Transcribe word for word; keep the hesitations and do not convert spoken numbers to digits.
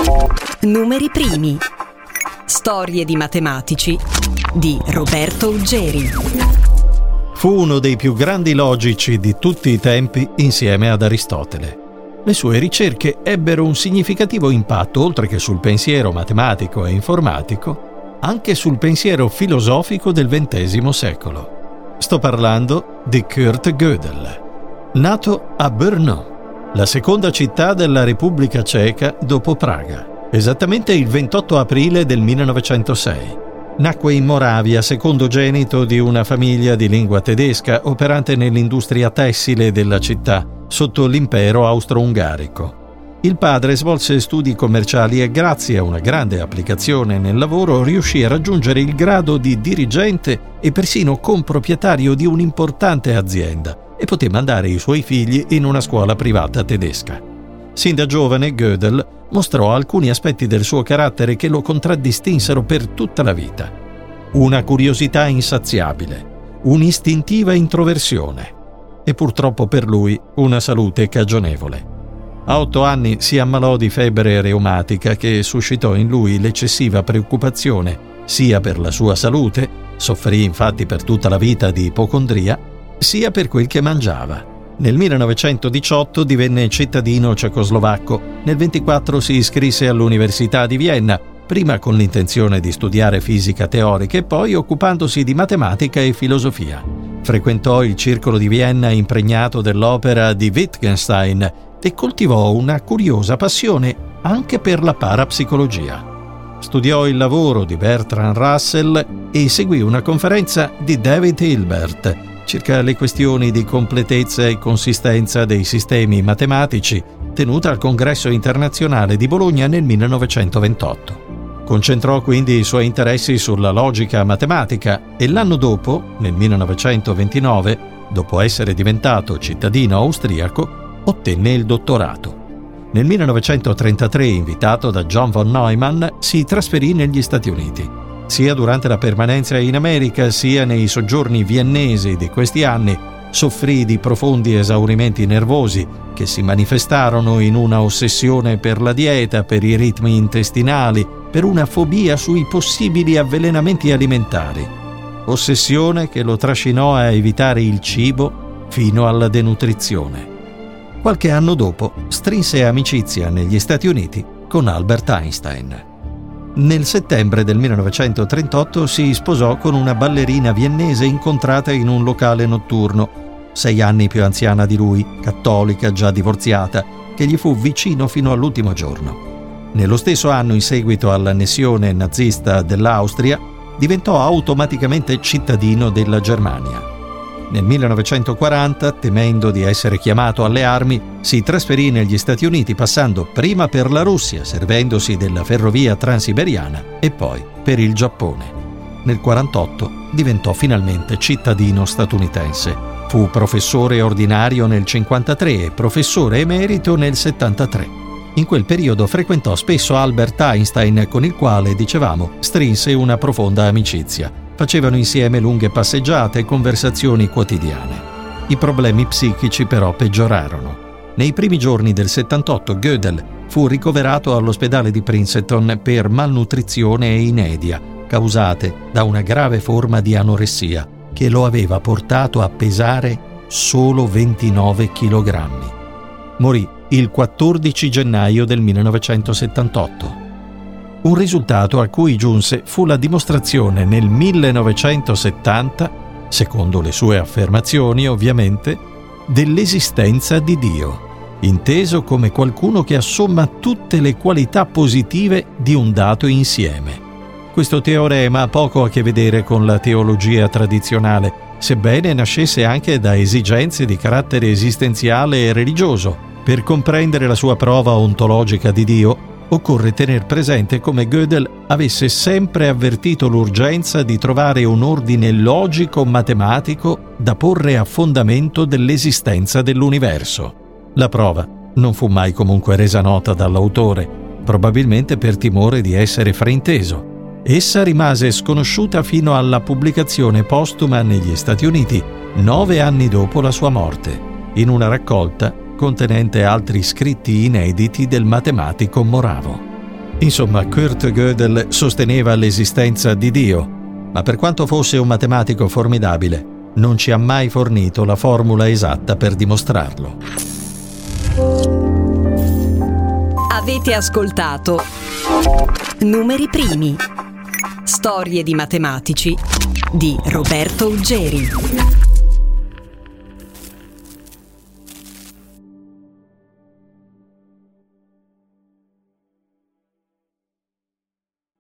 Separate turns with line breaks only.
Numeri primi. Storie di matematici di Roberto Uggeri.
Fu uno dei più grandi logici di tutti i tempi insieme ad Aristotele. Le sue ricerche ebbero un significativo impatto, oltre che sul pensiero matematico e informatico, anche sul pensiero filosofico del ventesimo secolo. Sto parlando di Kurt Gödel. Nato a Brno, la seconda città della Repubblica Ceca dopo Praga, esattamente il ventotto aprile del millenovecentosei. Nacque in Moravia, secondogenito di una famiglia di lingua tedesca operante nell'industria tessile della città, sotto l'impero austro-ungarico. Il padre svolse studi commerciali e grazie a una grande applicazione nel lavoro riuscì a raggiungere il grado di dirigente e persino comproprietario di un'importante azienda e poté mandare i suoi figli in una scuola privata tedesca. Sin da giovane Gödel mostrò alcuni aspetti del suo carattere che lo contraddistinsero per tutta la vita. Una curiosità insaziabile, un'istintiva introversione e purtroppo per lui una salute cagionevole. A otto anni si ammalò di febbre reumatica che suscitò in lui l'eccessiva preoccupazione sia per la sua salute, soffrì infatti per tutta la vita di ipocondria, sia per quel che mangiava. Nel millenovecentodiciotto divenne cittadino cecoslovacco. Nel ventiquattro si iscrisse all'Università di Vienna, prima con l'intenzione di studiare fisica teorica e poi occupandosi di matematica e filosofia. Frequentò il circolo di Vienna impregnato dell'opera di Wittgenstein e coltivò una curiosa passione anche per la parapsicologia. Studiò il lavoro di Bertrand Russell e seguì una conferenza di David Hilbert circa le questioni di completezza e consistenza dei sistemi matematici, tenuta al Congresso internazionale di Bologna nel millenovecentoventotto. Concentrò quindi i suoi interessi sulla logica matematica e l'anno dopo, nel millenovecentoventinove, dopo essere diventato cittadino austriaco, ottenne il dottorato. Nel millenovecentotrentatré, invitato da John von Neumann, si trasferì negli Stati Uniti. Sia durante la permanenza in America sia nei soggiorni viennesi di questi anni soffrì di profondi esaurimenti nervosi che si manifestarono in una ossessione per la dieta, per i ritmi intestinali, per una fobia sui possibili avvelenamenti alimentari. Ossessione che lo trascinò a evitare il cibo fino alla denutrizione. Qualche anno dopo strinse amicizia negli Stati Uniti con Albert Einstein. Nel settembre del millenovecentotrentotto si sposò con una ballerina viennese incontrata in un locale notturno, sei anni più anziana di lui, cattolica, già divorziata, che gli fu vicino fino all'ultimo giorno. Nello stesso anno, in seguito all'annessione nazista dell'Austria, diventò automaticamente cittadino della Germania. Nel millenovecentoquaranta, temendo di essere chiamato alle armi, si trasferì negli Stati Uniti passando prima per la Russia, servendosi della ferrovia transiberiana, e poi per il Giappone. Nel quarantotto diventò finalmente cittadino statunitense. Fu professore ordinario nel cinquantatré e professore emerito nel settantatré. In quel periodo frequentò spesso Albert Einstein, con il quale, dicevamo, strinse una profonda amicizia. Facevano insieme lunghe passeggiate e conversazioni quotidiane. I problemi psichici però peggiorarono. Nei primi giorni del settantotto Gödel fu ricoverato all'ospedale di Princeton per malnutrizione e inedia, causate da una grave forma di anoressia che lo aveva portato a pesare solo ventinove chilogrammi. Morì il quattordici gennaio del millenovecentosettantotto. Un risultato a cui giunse fu la dimostrazione nel millenovecentosettanta, secondo le sue affermazioni ovviamente, dell'esistenza di Dio, inteso come qualcuno che assomma tutte le qualità positive di un dato insieme. Questo teorema ha poco a che vedere con la teologia tradizionale, sebbene nascesse anche da esigenze di carattere esistenziale e religioso. Per comprendere la sua prova ontologica di Dio, occorre tener presente come Gödel avesse sempre avvertito l'urgenza di trovare un ordine logico-matematico da porre a fondamento dell'esistenza dell'universo. La prova non fu mai comunque resa nota dall'autore, probabilmente per timore di essere frainteso. Essa rimase sconosciuta fino alla pubblicazione postuma negli Stati Uniti, nove anni dopo la sua morte, in una raccolta contenente altri scritti inediti del matematico moravo. Insomma, Kurt Gödel sosteneva l'esistenza di Dio, ma per quanto fosse un matematico formidabile, non ci ha mai fornito la formula esatta per dimostrarlo.
Avete ascoltato Numeri Primi. Storie di matematici di Roberto Uggeri.